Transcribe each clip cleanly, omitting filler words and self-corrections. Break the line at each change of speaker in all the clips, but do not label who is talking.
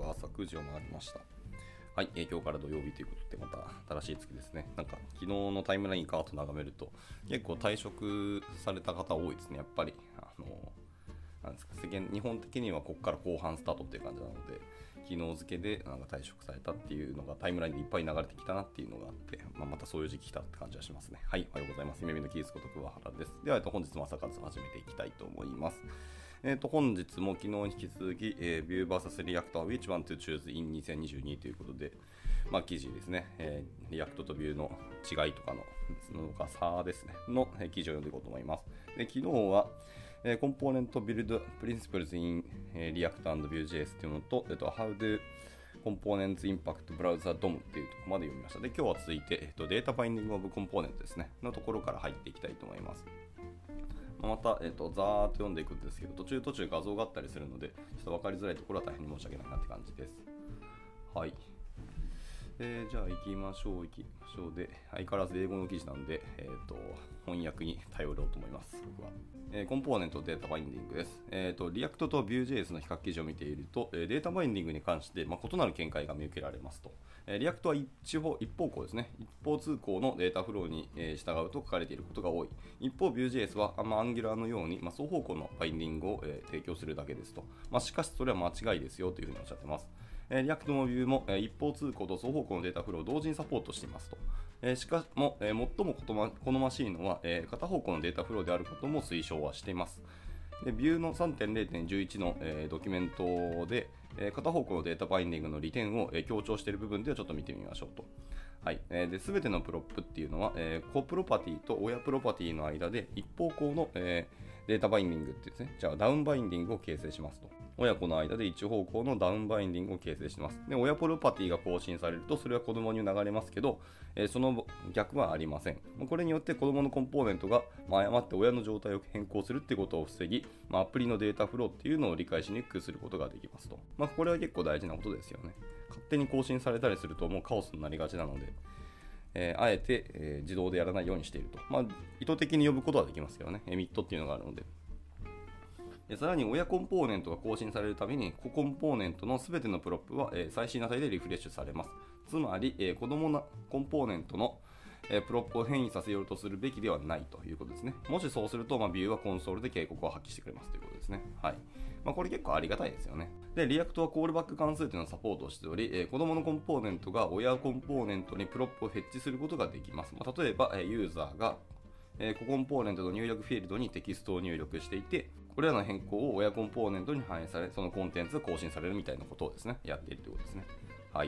が朝9時を回りました。はい、今日から土曜日ということで、また新しい月ですね。なんか昨日のタイムラインカート眺めると、結構退職された方多いですね。やっぱりなんですか、日本的にはここから後半スタートっていう感じなので、昨日付でなんか退職されたっていうのがタイムラインでいっぱい流れてきたなっていうのがあって、またそういう時期来たって感じはしますね。はい、おはようございます。夢見のキースこと桑原です。では、本日も朝活始めていきたいと思います。本日も昨日に引き続き、Vue vs React Which one to choose in 2022ということで、記事ですね、React と Vue の違いとかの差ですね、の記事を読んでいこうと思います。で昨日は、コンポーネントビルドプリンシプルズ in React and Vue.js というのと、How do Components Impact Browser DOM っていうところまで読みました。で、今日は続いて、データバインディングオブコンポーネントですね、のところから入っていきたいと思います。また、ざーっと読んでいくんですけど、途中画像があったりするので、ちょっと分かりづらいところは大変に申し訳ないなって感じです。はい。じゃあ行きましょう。で、相変わらず英語の記事なんで、翻訳に頼ろうと思います、僕は。コンポーネントデータバインディングです。React と Vue.js の比較記事を見ていると、データバインディングに関して、異なる見解が見受けられますと。React は一方向ですね。一方通行のデータフローに従うと書かれていることが多い。一方 Vue.js はAngular のように双方向のバインディングを提供するだけですと。しかしそれは間違いですよというふうにおっしゃっています。React も Vue も一方通行と双方向のデータフローを同時にサポートしていますと。しかも、最も好ましいのは、片方向のデータフローであることも推奨はしています。で Vue の 3.0.11 の、ドキュメントで、片方向のデータバインディングの利点を、強調している部分ではちょっと見てみましょうと。はい。で、全てのプロップっていうのは、子プロパティと親プロパティの間で一方向の、データバインディングってですね、じゃあダウンバインディングを形成しますと。親子の間で一方向のダウンバインディングを形成しています。で、親プロパティが更新されると、それは子供に流れますけど、その逆はありません。これによって子供のコンポーネントが誤って親の状態を変更するっていうことを防ぎ、アプリのデータフローっていうのを理解しにくくすることができますと。これは結構大事なことですよね。勝手に更新されたりするともうカオスになりがちなので、あえて、自動でやらないようにしていると。意図的に呼ぶことはできますけどね。エミットっていうのがあるので。さらに親コンポーネントが更新されるたびに子コンポーネントのすべてのプロップは、最新値でリフレッシュされます。つまり、子供のコンポーネントのプロップを変異させようとするべきではないということですね。もしそうすると、Vue はコンソールで警告を発揮してくれますということですね。はい。これ結構ありがたいですよね。で、React はコールバック関数というのをサポートしており、子供のコンポーネントが親コンポーネントにプロップをフェッチすることができます。例えば、ユーザーが子コンポーネントの入力フィールドにテキストを入力していて、これらの変更を親コンポーネントに反映され、そのコンテンツが更新されるみたいなことをですね、やっているということですね。はい。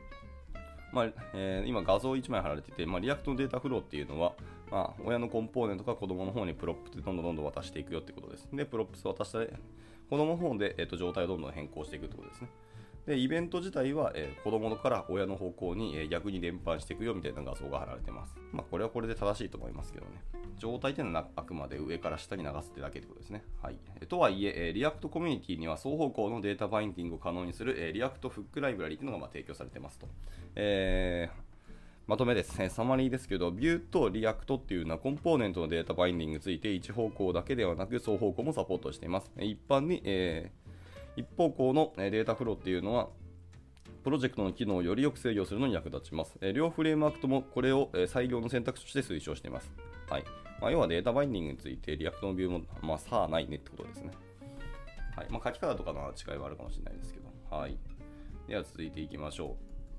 今画像1枚貼られていて、リアクトのデータフローっていうのは、親のコンポーネントが子供の方にプロップでどんどん渡していくよってことです。で、プロップスを渡したら、子供の方で、状態をどんどん変更していくってことですね。で、イベント自体は、子供から親の方向に、逆に伝播していくよみたいな画像が貼られています。これはこれで正しいと思いますけどね。状態というのはあくまで上から下に流すってだけってことですね。はい。とはいえ、React コミュニティには双方向のデータバインディングを可能にする、React フックライブラリというのが提供されていますと。まとめです。サマリーですけど、Vue と React っていうのはコンポーネントのデータバインディングについて一方向だけではなく双方向もサポートしています。一般に、一方向のデータフローっていうのは、プロジェクトの機能をよりよく制御するのに役立ちます。両フレームワークともこれを採用の選択肢として推奨しています。はい。要はデータバインディングについて React の Vue も、差はないねってことですね。はい。書き方とかの違いはあるかもしれないですけど。はい。では続いていきましょ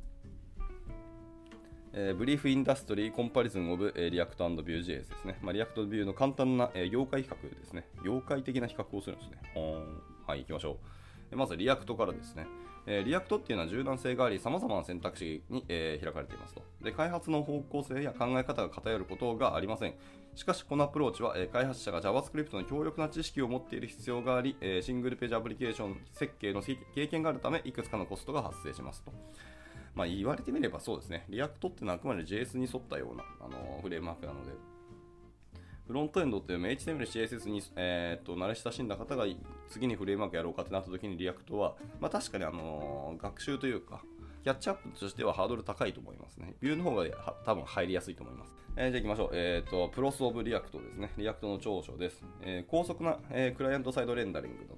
う。ブリーフインダストリーコンパリズンオブ React and Vue.js ですね。React と Vue の簡単な業界比較ですね。業界的な比較をするんですね。はい、行きましょう。まず React からですね。React っていうのは柔軟性があり、様々な選択肢に、開かれていますと。で、開発の方向性や考え方が偏ることがありません。しかし、このアプローチは、開発者が JavaScript の強力な知識を持っている必要があり、シングルページアプリケーション設計の経験があるため、いくつかのコストが発生しますと。言われてみればそうですね。React っていうのはあくまで JS に沿ったような、フレームワークなので、フロントエンドっていうのは HTML、CSS に、慣れ親しんだ方が次にフレームワークやろうかってなった時に React は、確かに、学習というか、キャッチアップとしてはハードル高いと思いますね。Vue の方が多分入りやすいと思います。じゃあ行きましょう。プロスオブ React ですね。React の長所です。高速な、クライアントサイドレンダリングだと。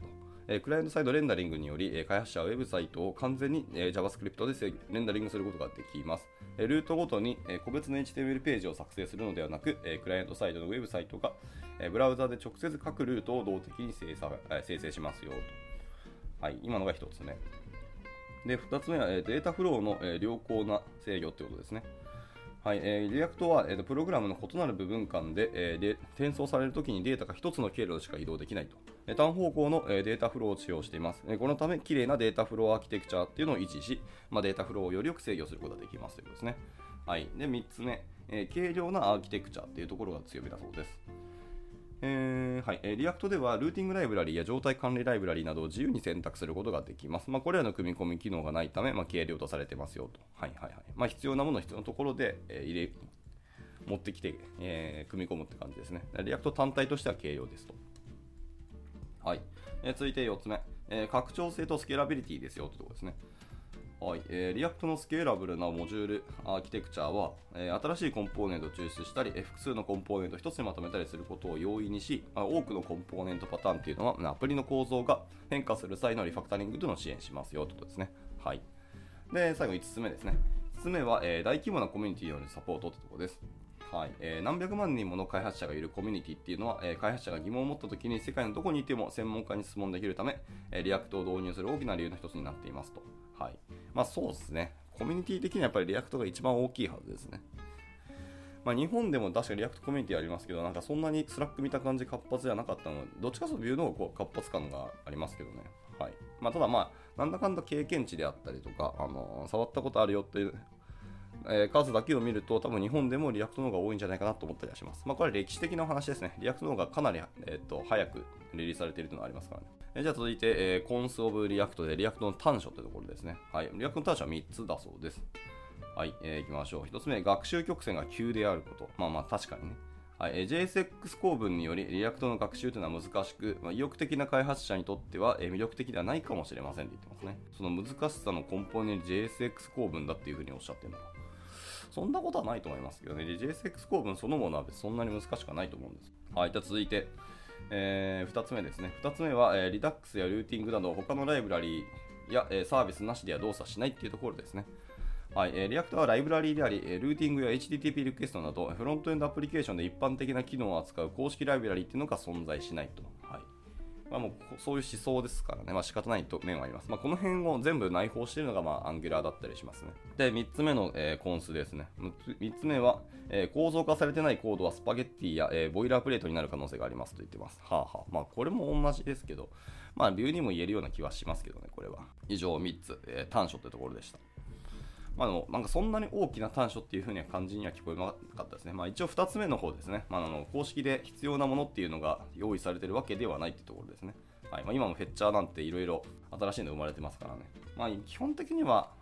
クライアントサイドレンダリングにより、開発者はウェブサイトを完全に、JavaScript でレンダリングすることができます。ルートごとに、個別の HTML ページを作成するのではなく、クライアントサイドのウェブサイトが、ブラウザで直接各ルートを動的に生成しますよと。はい、今のが1つ目。で、2つ目は、データフローの、良好な制御ということですね。はい、リアクトは、プログラムの異なる部分間で、転送されるときにデータが1つの経路でしか移動できないと。単方向の、データフローを使用しています。このため、綺麗なデータフローアーキテクチャっていうのを維持し、データフローをよりよく制御することができますということですね。はい、で3つ目、軽量なアーキテクチャっていうところが強みだそうです。はい、リアクトではルーティングライブラリや状態管理ライブラリなどを自由に選択することができます。これらの組み込み機能がないため、軽量とされてますよと。必要なものを必要なところで、持ってきて、組み込むって感じですね。リアクト単体としては軽量ですと。はい、続いて4つ目、拡張性とスケーラビリティですよというところですね。はい、リアクトのスケーラブルなモジュールアーキテクチャは、新しいコンポーネントを抽出したり、複数のコンポーネントを1つにまとめたりすることを容易にし、多くのコンポーネントパターンというのは、アプリの構造が変化する際のリファクタリングというのを支援しますよということですね。はい。で、最後5つ目ですね。5つ目は、大規模なコミュニティによるサポートというところです。はい、何百万人もの開発者がいるコミュニティっていうのは、開発者が疑問を持ったときに世界のどこにいても専門家に質問できるため、リアクトを導入する大きな理由の一つになっていますと。はい、そうですね。コミュニティ的にはやっぱりリアクトが一番大きいはずですね。日本でも確かリアクトコミュニティありますけど、なんかそんなにスラック見た感じ活発じゃなかったので、どっちかというとビューの方が活発感がありますけどね。はい、ただなんだかんだ経験値であったりとか、触ったことあるよっていう数だけを見ると、多分日本でもリアクトの方が多いんじゃないかなと思ったりはします。これは歴史的なお話ですね。リアクトの方がかなり、早くリリースされているというのがありますからね。じゃあ続いて、コンスオブリアクトでリアクトの短所というところですね。はい、リアクトの短所は3つだそうです。はい、行きましょう。1つ目、学習曲線が急であること。確かにね。はい、JSX 構文によりリアクトの学習というのは難しく、意欲的な開発者にとっては、魅力的ではないかもしれませんと言ってますね。その難しさの根本に JSX 構文だっていうふうにおっしゃってるのか。そんなことはないと思いますけどね。JSX 構文そのものはそんなに難しくはないと思うんです。はい、じゃあ続いて、2つ目ですね。2つ目は、Redux やルーティングなど他のライブラリーや、サービスなしでは動作しないっていうところですね。はい、React はライブラリーであり、ルーティングや HTTP リクエストなど、フロントエンドアプリケーションで一般的な機能を扱う公式ライブラリーっていうのが存在しないと。はい、もうそういう思想ですからね、仕方ないと面はあります。この辺を全部内包しているのが、Angular だったりしますね。で、3つ目の、コンスですね。3つ目は、構造化されてないコードはスパゲッティや、ボイラープレートになる可能性がありますと言ってます。これも同じですけど、ビューにも言えるような気はしますけどね、これは。以上3つ、短所というところでした。でもなんかそんなに大きな短所っていう風には感じには聞こえなかったですね。一応2つ目の方ですね。公式で必要なものっていうのが用意されてるわけではないっていうところですね。はい、今もフェッチャーなんていろいろ新しいの生まれてますからね。基本的には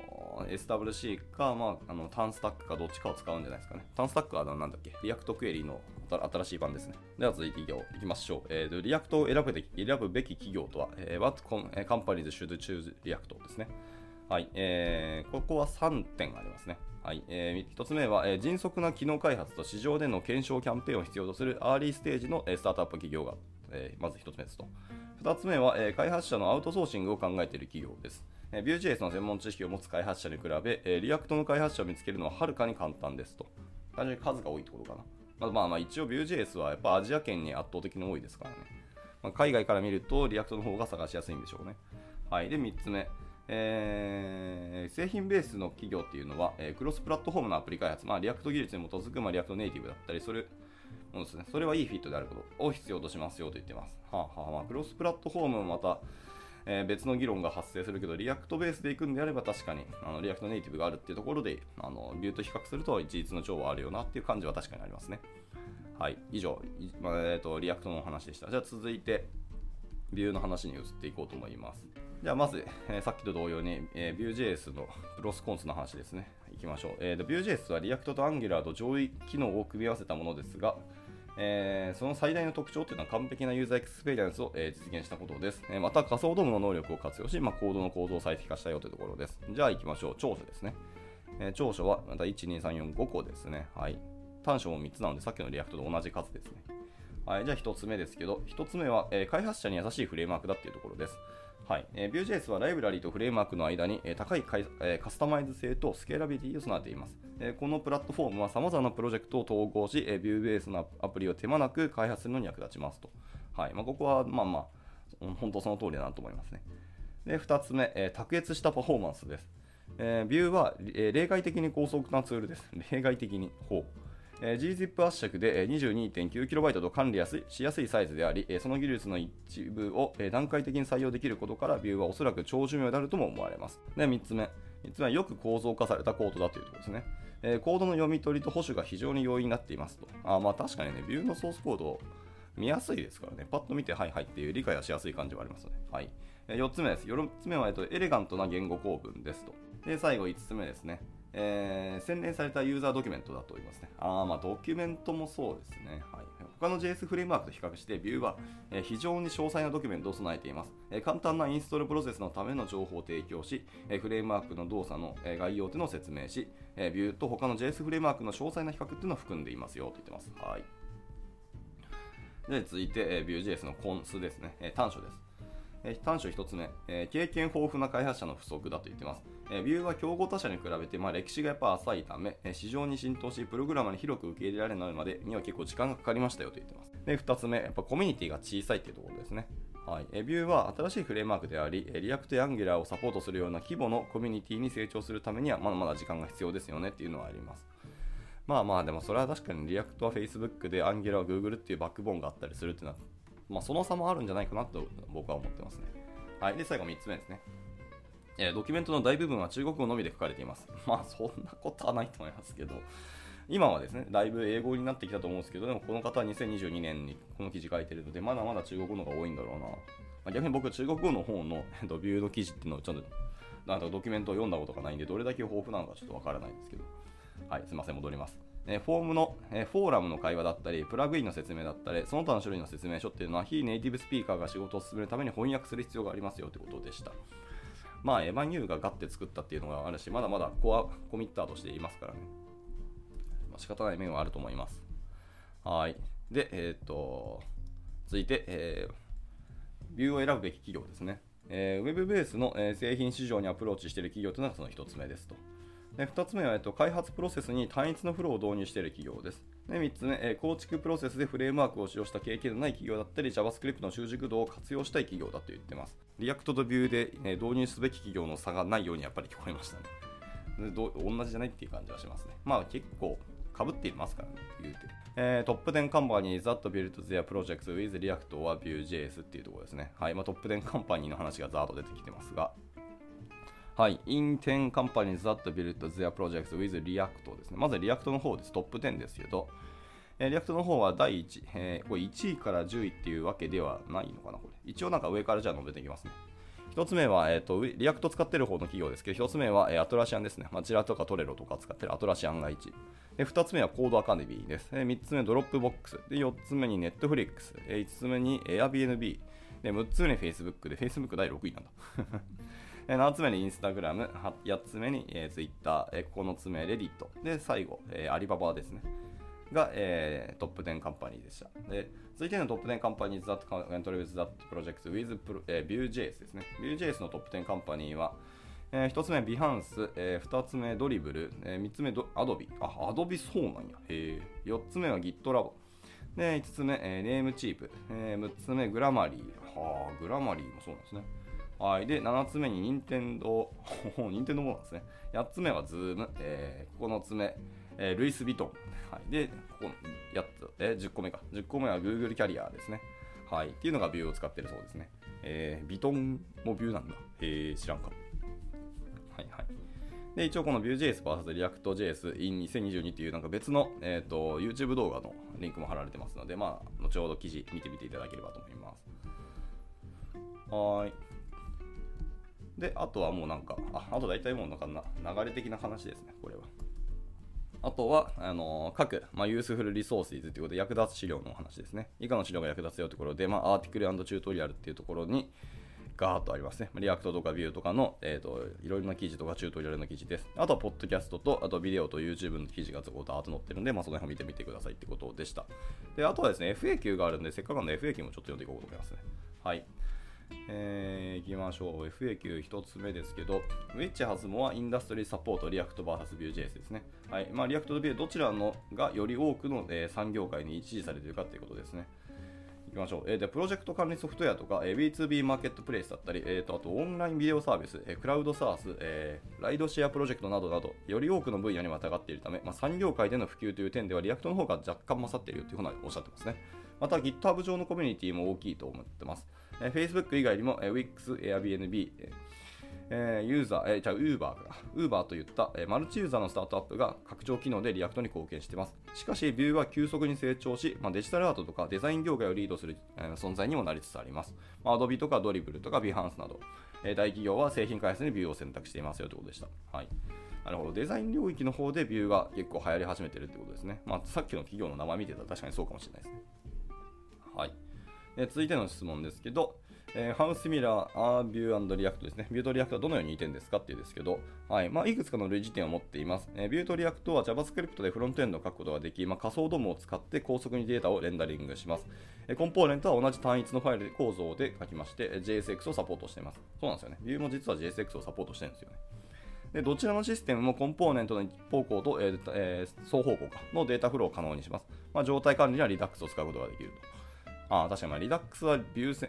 SWC か、タンスタックかどっちかを使うんじゃないですかね。タンスタックはなんだっけ、リアクトクエリの新しい版ですね。では続いていきましょう。リアクトを選ぶべき企業とは、What companies should choose React ですね。はい、ここは3点ありますね。はい、1つ目は、迅速な機能開発と市場での検証キャンペーンを必要とするアーリーステージの、スタートアップ企業が、まず1つ目ですと。2つ目は、開発者のアウトソーシングを考えている企業です。Vue.js の専門知識を持つ開発者に比べ、React の開発者を見つけるのははるかに簡単ですと。単純に数が多いってことかな。一応 Vue.js はやっぱアジア圏に圧倒的に多いですからね。海外から見ると React の方が探しやすいんでしょうね。はい、で3つ目。製品ベースの企業っていうのは、クロスプラットフォームのアプリ開発、リアクト技術に基づく、リアクトネイティブだったり、それはいいフィットであることを必要としますよと言ってます。クロスプラットフォームもまた、別の議論が発生するけど、リアクトベースでいくんであれば確かにリアクトネイティブがあるっていうところで、ビューと比較すると一律の長はあるよなっていう感じは確かにありますね。はい、以上、リアクトの話でした。じゃあ続いて、ビューの話に移っていこうと思います。じゃあまず、さっきと同様に、Vue.js のプロスコンスの話ですね。いきましょう。Vue.js は React と Angular と上位機能を組み合わせたものですが、その最大の特徴というのは完璧なユーザーエクスペリエンスを、実現したことです。また仮想ドームの能力を活用し、コードの構造を最適化したよというところです。じゃあ行きましょう。長所ですね。長所はまた1、2、3、4、5個ですね。はい。短所も3つなので、さっきの React と同じ数ですね。 はい、じゃあ1つ目ですけど、1つ目は、開発者に優しいフレームワークだっていうところです。はい、Vue.js はライブラリとフレームワークの間に、高いカスタマイズ性とスケーラビリティを備えています。このプラットフォームは様々なプロジェクトを統合し、Vue ベースのアプリを手間なく開発するのに役立ちますと。はい、ここは本当その通りだなと思いますね。で、2つ目、卓越したパフォーマンスです。Vue は、例外的に高速なツールです。例外的に。gzip 圧縮で 22.9KB と管理しやすいサイズであり、その技術の一部を段階的に採用できることから Vue はおそらく長寿命であるとも思われます。で、3つ目はよく構造化されたコードだというところですね。コードの読み取りと保守が非常に容易になっていますと。確かにね、Vue のソースコード見やすいですからね、パッと見てはいはいっていう理解はしやすい感じはありますね。はい。4つ目です。4つ目は、エレガントな言語構文ですと。で、最後5つ目ですね。洗練されたユーザードキュメントだと言いますね。ドキュメントもそうですね。はい、他の JS フレームワークと比較して Vue は、非常に詳細なドキュメントを備えています。簡単なインストールプロセスのための情報を提供し、フレームワークの動作の、概要というのを説明し、Vue と他の JS フレームワークの詳細な比較というのを含んでいますよと言ってます。はい。で、続いて、Vue.js のコンスですね。短所です。短所1つ目、経験豊富な開発者の不足だと言っています。Vue は競合他社に比べて、歴史がやっぱ浅いため、市場に浸透し、プログラマーに広く受け入れられるまでには結構時間がかかりましたよと言っています。で、2つ目、やっぱコミュニティが小さいというところですね。はい、Vue は新しいフレームワークであり、React や Angular をサポートするような規模のコミュニティに成長するためには、まだまだ時間が必要ですよねっていうのはあります。でもそれは確かに React は Facebook で Angular は Google っていうバックボーンがあったりするっていうのは、その差もあるんじゃないかなと僕は思ってますね。はい、で最後3つ目ですね。ドキュメントの大部分は中国語のみで書かれています。そんなことはないと思いますけど、今はですね、だいぶ英語になってきたと思うんですけど、でもこの方は2022年にこの記事書いてるので、まだまだ中国語の方が多いんだろうな。逆に僕、中国語の方のビューの記事っていうのをちょっとドキュメントを読んだことがないんで、どれだけ豊富なのかちょっとわからないんですけど、はい、すいません、戻ります。フォーラムの会話だったり、プラグインの説明だったり、その他の種類の説明書っていうのは、非ネイティブスピーカーが仕事を進めるために翻訳する必要がありますよということでした。エヴァニューがガッて作ったっていうのがあるし、まだまだコミッターとしていますからね。仕方ない面はあると思います。はい。で、続いて、ビューを選ぶべき企業ですね。ウェブベースの製品市場にアプローチしている企業というのがその1つ目ですと。で2つ目は、開発プロセスに単一のフローを導入している企業です。で3つ目、構築プロセスでフレームワークを使用した経験のない企業だったり、JavaScript の習熟度を活用したい企業だと言っています。React と Vue で、導入すべき企業の差がないようにやっぱり聞こえましたね。同じじゃないっていう感じはしますね。結構被っていますからね、言うて。トップ10カンパニー that built their projects with React or Vue.js っていうところですね。はい、トップ10カンパニーの話がザーッと出てきてますが、はい、in 10 companies that built their projects with React ですね。まず React の方です。トップ10ですけど、React の方は第1、これ1位から10位っていうわけではないのかな、これ。一応上からじゃあ述べていきますね。1つ目は、React 使ってる方の企業ですけど、1つ目は、アトラシアンですね。ジラとかトレロとか使ってるアトラシアンが1。2つ目はコードアカデミーです。3つ目ドロップボックス。4つ目に Netflix。5つ目に Airbnb。6つ目に Facebook で、Facebook 第6位なんだ。7つ目に Instagram。8つ目に Twitter。9つ目 Reddit。で、最後、アリババですね。が、トップ10カンパニーでした。で、続いてのトップ10カンパニー that contributes that project with Vue.js ですね。Vue.js のトップ10カンパニーは、1つ目 Behance、2つ目ドリブル、3つ目Adobe。Adobe そうなんや。4つ目は GitLab。で、5つ目、Namecheap。6つ目 Grammarly。グラマリーもそうなんですね。はい。で、7つ目に任天堂ものなんですね。8つ目は Zoom。9つ目、ルイス・ヴィトン。はい、で、ここ10個目か。10個目は Google キャリアですね。はい。っていうのが Vue を使ってるそうですね。ヴィトンも Vue なんだ。知らんか。はいはい。で、一応この Vue.js vs React.js in 2022っていう別の、YouTube 動画のリンクも貼られてますので、後ほど記事見てみていただければと思います。はい。で、あとはもうあと大体もう流れ的な話ですね、これは。あとは、各、ユースフルリソースということで役立つ資料のお話ですね。以下の資料が役立つよというところで、アーティクル&チュートリアルっていうところに、 ガーッとありますね。リアクトとかビューとかの、いろいろな記事とかチュートリアルの記事です。あとはポッドキャストと、あとビデオと YouTube の記事がダーッと載ってるんで、その辺を見てみてくださいってことでした。で、あとはですね、FAQ があるんで、せっかくなんで FAQ もちょっと読んでいこうと思いますね。はい。いきましょう。FAQ1 つ目ですけど、Which has more industry support React vs Vue.js ですね。はい。React と Vue どちらのがより多くの、産業界に支持されているかということですね。いきましょう。で、プロジェクト管理ソフトウェアとか、B2B マーケットプレイスだったり、あとオンラインビデオサービス、クラウドサース、ライドシェアプロジェクトなどなど、より多くの分野にまたがっているため、産業界での普及という点では、React の方が若干勝っているというふうにおっしゃってますね。また GitHub 上のコミュニティも大きいと思ってます。Facebook 以外にも Wix、Airbnb、ユーザー、Uber といったマルチユーザーのスタートアップが拡張機能でリアクトに貢献しています。しかし、Vue は急速に成長し、デジタルアートとかデザイン業界をリードする存在にもなりつつあります。Adobe とか Dribbble とか Behance など、大企業は製品開発に Vue を選択していますよということでした。はい。なるほど。デザイン領域の方で Vue が結構流行り始めているということですね。さっきの企業の名前見てたら確かにそうかもしれないですね。はい。続いての質問ですけど、How similar are Vue and React ですね。Vue と React はどのように似てるんですかっていうですけど、はい。いくつかの類似点を持っています。Vue と React は JavaScript でフロントエンドを書くことができ、仮想ドームを使って高速にデータをレンダリングします。コンポーネントは同じ単一のファイル構造で書きまして、JSX をサポートしています。そうなんですよね。Vue も実は JSX をサポートしてるんですよね。でどちらのシステムもコンポーネントの一方向と、双方向のデータフローを可能にします。状態管理には Redux を使うことができると。確かにRedux は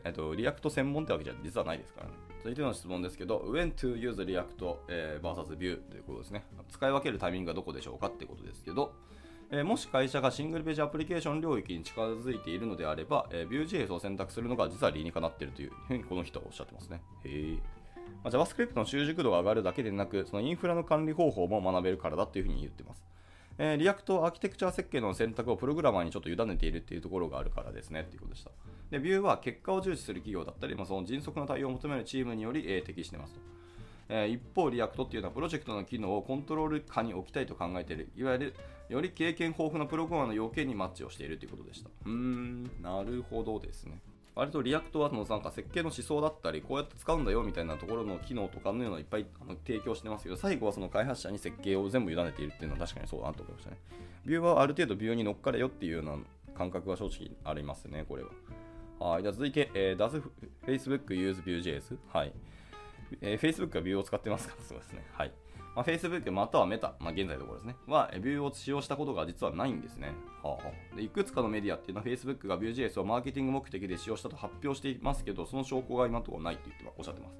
React 専門ってわけじゃ実はないですからね。続いての質問ですけど、When to use React vs Vue ということですね。使い分けるタイミングがどこでしょうかっていうことですけど、もし会社がシングルページアプリケーション領域に近づいているのであれば、Vue.js を選択するのが実は理にかなっているというふうにこの人はおっしゃってますね。JavaScript の習熟度が上がるだけでなく、そのインフラの管理方法も学べるからだというふうに言ってます。リアクトアーキテクチャ設計の選択をプログラマーにちょっと委ねているっていうところがあるからですねっていうことでした。で、Vue は結果を重視する企業だったり、その迅速な対応を求めるチームにより、適していますと。一方、リアクトっていうのはプロジェクトの機能をコントロール下に置きたいと考えている、いわゆるより経験豊富なプログラマーの要件にマッチをしているということでした。なるほどですね。割とリアクトはなんか設計の思想だったり、こうやって使うんだよみたいなところの機能とかのようなのをいっぱい提供してますけど、最後はその開発者に設計を全部委ねているっていうのは確かにそうだなと思いましたね。ビューはある程度ビューに乗っかれよっていうような感覚は正直ありますね、これは。はい。じゃあ続いて、Does Facebook use Vue.js? はい。Facebook がビューを使ってますかそうですね。はい。Facebook またはメタ、現在のところですね、はビューを使用したことが実はないんですね。でいくつかのメディアっていうのは Facebook が Vue.js をマーケティング目的で使用したと発表していますけど、その証拠が今のところないとおっしゃってます。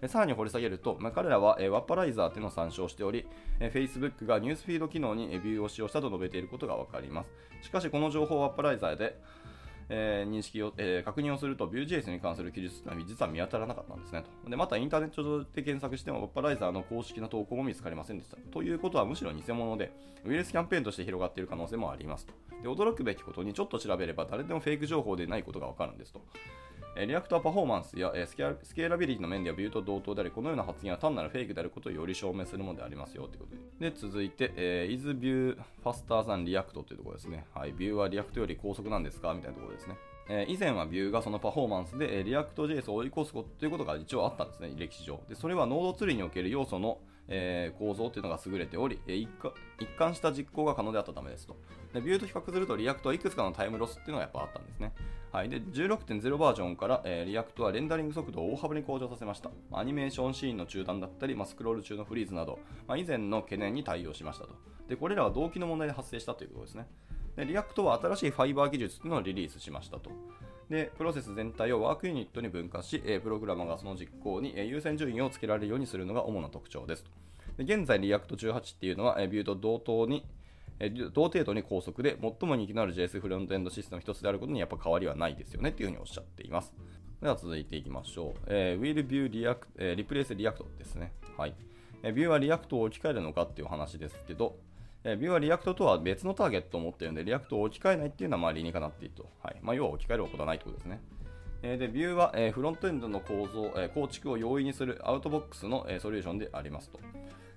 さらに掘り下げると、彼らはワッパライザーというのを参照しており、Facebook がニュースフィード機能にビューを使用したと述べていることがわかります。しかし、この情報はワッパライザーで認識を、確認をすると Vue.js に関する記述は実は見当たらなかったんですねと。でまたインターネット上で検索してもワッパライザーの公式な投稿も見つかりませんでした。ということはむしろ偽物でウイルスキャンペーンとして広がっている可能性もありますと。で驚くべきことにちょっと調べれば誰でもフェイク情報でないことがわかるんですと。リアクトはパフォーマンスやスケーラビリティの面ではビューと同等であり、このような発言は単なるフェイクであることをより証明するものでありますよということで。で続いて、Is Vue faster than React というところですね。はい、Vue は React より高速なんですかみたいなところですね。以前は Vue がそのパフォーマンスで React.js を追い越すということが一応あったんですね、歴史上。でそれはノードツリーにおける要素の、構造というのが優れており、一貫した実行が可能であったためですと。で Vue と比較すると React はいくつかのタイムロスっていうのがやっぱあったんですね。はい、で 16.0 バージョンから、React はレンダリング速度を大幅に向上させました。アニメーションシーンの中断だったり、スクロール中のフリーズなど、以前の懸念に対応しましたと。でこれらは動機の問題で発生したということですね。でリアクトは新しいファイバー技術というのをリリースしましたと。でプロセス全体をワークユニットに分割し、プログラマーがその実行に優先順位をつけられるようにするのが主な特徴ですと。で現在、リアクト18っていうのは、ビューと同程度に高速で最も人気のある JS フロントエンドシステムの一つであることにやっぱ変わりはないですよねというふうにおっしゃっています。では続いていきましょう。Will Vue Replace React ですね。はい。Vue は React を置き換えるのかっていう話ですけど、Vue は React とは別のターゲットを持っているので、React を置き換えないっていうのは理にかなっていると。はい。要は置き換えることはないということですね。で、Vue はフロントエンドの構築を容易にするアウトボックスのソリューションでありますと。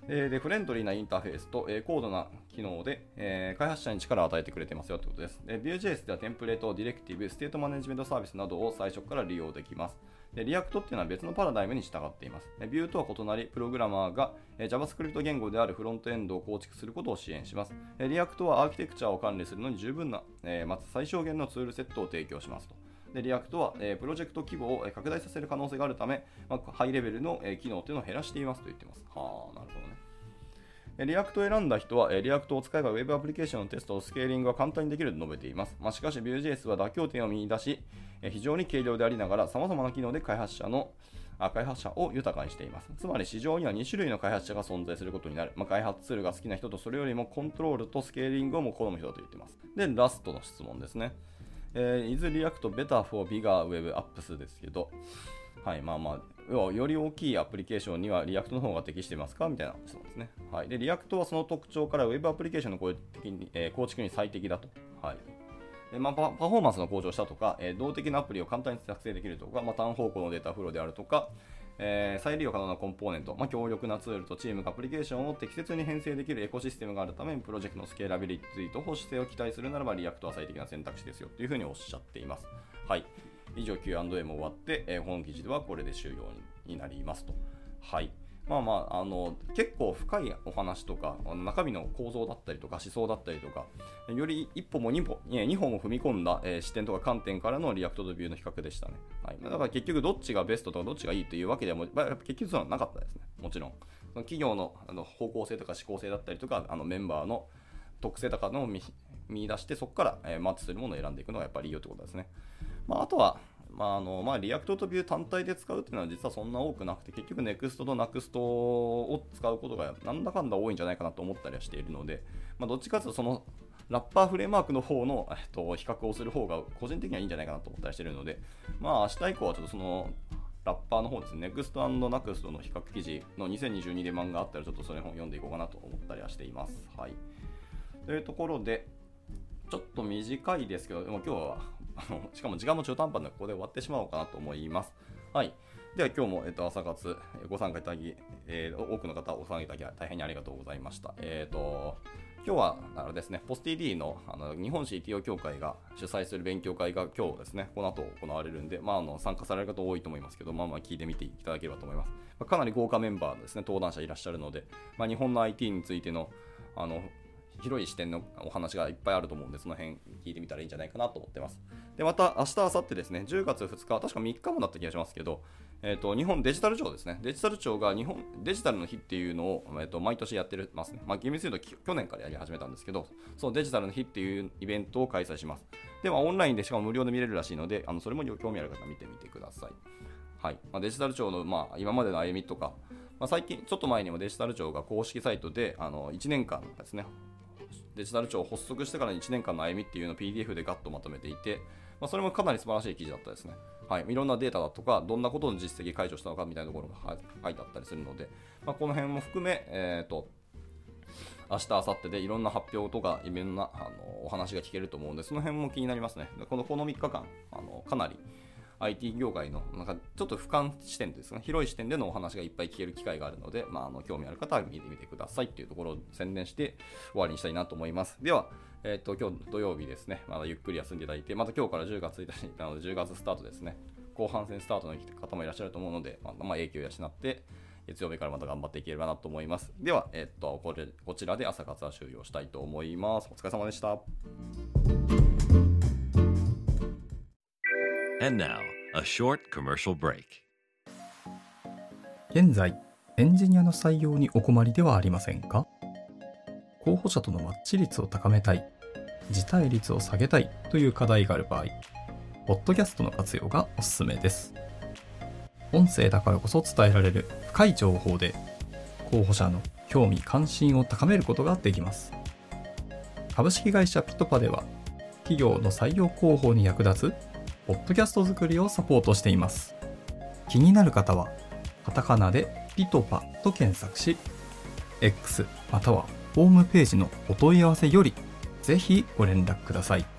でフレンドリーなインターフェースと、高度な機能で、開発者に力を与えてくれてますよということです。Vue.js ではテンプレート、ディレクティブ、ステートマネジメントサービスなどを最初から利用できます。でリアクトっていうのは別のパラダイムに従っています。Vue とは異なり、プログラマーが JavaScript 言語であるフロントエンドを構築することを支援します。リアクトはアーキテクチャを管理するのに十分な、まず最小限のツールセットを提供しますと。でリアクトは、プロジェクト規模を拡大させる可能性があるため、ハイレベルの、機能というのを減らしていますと言っています。はあ、なるほどね。リアクトを選んだ人は、リアクトを使えば Web アプリケーションのテスト、スケーリングが簡単にできると述べています。しかし Vue.js は妥協点を見出し、非常に軽量でありながら、様々な機能で開発者を豊かにしています。つまり市場には2種類の開発者が存在することになる。開発ツールが好きな人と、それよりもコントロールとスケーリングをも好む人だと言っています。で、ラストの質問ですね。Is React better for bigger web apps ですけど、はい、より大きいアプリケーションには React の方が適していますかみたいな質問ですね。はい、で、React はその特徴から Web アプリケーションの構築に最適だと。はい。パフォーマンスの向上したとか、動的なアプリを簡単に作成できるとか、単方向のデータフローであるとか、再利用可能なコンポーネント、強力なツールとチームがアプリケーションを適切に編成できるエコシステムがあるため、プロジェクトのスケーラビリティと保守性を期待するならば、React は最適な選択肢ですよというふうにおっしゃっています。はい。以上 Q&A も終わって、本記事ではこれで終了になりますと。はい。結構深いお話とか、中身の構造だったりとか、思想だったりとか、より一歩も二歩も踏み込んだ、視点とか観点からのリアクトとビューの比較でしたね。はい。だから結局どっちがベストとかどっちがいいというわけでは結局そうはなかったですね。もちろん。その企業の、方向性とか思考性だったりとか、メンバーの特性とかのを見出して、そこから、マッチするものを選んでいくのがやっぱりいいよということですね。あとは、リアクトとビュー単体で使うっていうのは実はそんな多くなくて、結局 Next と Next を使うことがなんだかんだ多いんじゃないかなと思ったりはしているので、どっちかというとそのラッパーフレームワークの方の、比較をする方が個人的にはいいんじゃないかなと思ったりしているので、明日以降はちょっとそのラッパーの方ですね、Next& Next の比較記事の2022で漫画あったらちょっとそれ本読んでいこうかなと思ったりはしています。はい。というところで、ちょっと短いですけど、でも今日はしかも時間も中途半端なのでここで終わってしまおうかなと思います。はい。では今日も、朝活ご参加いただき、多くの方ご参加いただき大変にありがとうございました。今日はですね、ポス TD の、日本 CTO 協会が主催する勉強会が今日ですね、この後行われるんで、参加される方多いと思いますけど、聞いてみていただければと思います。かなり豪華メンバーですね、登壇者いらっしゃるので、日本の IT についての、広い視点のお話がいっぱいあると思うんで、その辺聞いてみたらいいんじゃないかなと思ってます。で、また明日、明後日ですね、10月2日、確か3日もだった気がしますけど、日本デジタル庁ですね。デジタル庁が日本デジタルの日っていうのを、毎年やってますね。厳密に言うと去年からやり始めたんですけど、そのデジタルの日っていうイベントを開催します。で、オンラインでしかも無料で見れるらしいので、それも興味ある方は見てみてください。はい。デジタル庁の、今までの歩みとか、最近、ちょっと前にもデジタル庁が公式サイトで、1年間ですね、デジタル庁を発足してから1年間の歩みっていうのを PDF でガッとまとめていて、それもかなり素晴らしい記事だったですね。はい。いろんなデータだとか、どんなことの実績解除したのかみたいなところが書いてあったりするので、この辺も含め、明日、明後日でいろんな発表とか、いろんなお話が聞けると思うので、その辺も気になりますね。この3日間、かなり IT 業界のちょっと俯瞰視点ですね、広い視点でのお話がいっぱい聞ける機会があるので、興味ある方は見てみてくださいっていうところを宣伝して終わりにしたいなと思います。では、今日土曜日ですね、まだゆっくり休んでいただいて、また今日から10月1日なので10月スタートですね、後半戦スタートの方もいらっしゃると思うので、影響を養って、月曜日からまた頑張っていければなと思います。では、こちらで朝活は終了したいと思います。お疲れ様でした。
And now, a short commercial break.
現在、エンジニアの採用にお困りではありませんか？候補者とのマッチ率を高めたい、辞退率を下げたいという課題がある場合、ポッドキャストの活用がおすすめです。音声だからこそ伝えられる深い情報で、候補者の興味関心を高めることができます。株式会社ピトパでは、企業の採用広報に役立つポッドキャスト作りをサポートしています。気になる方は、カタカナでピトパと検索し、X またはホームページのお問い合わせよりぜひご連絡ください。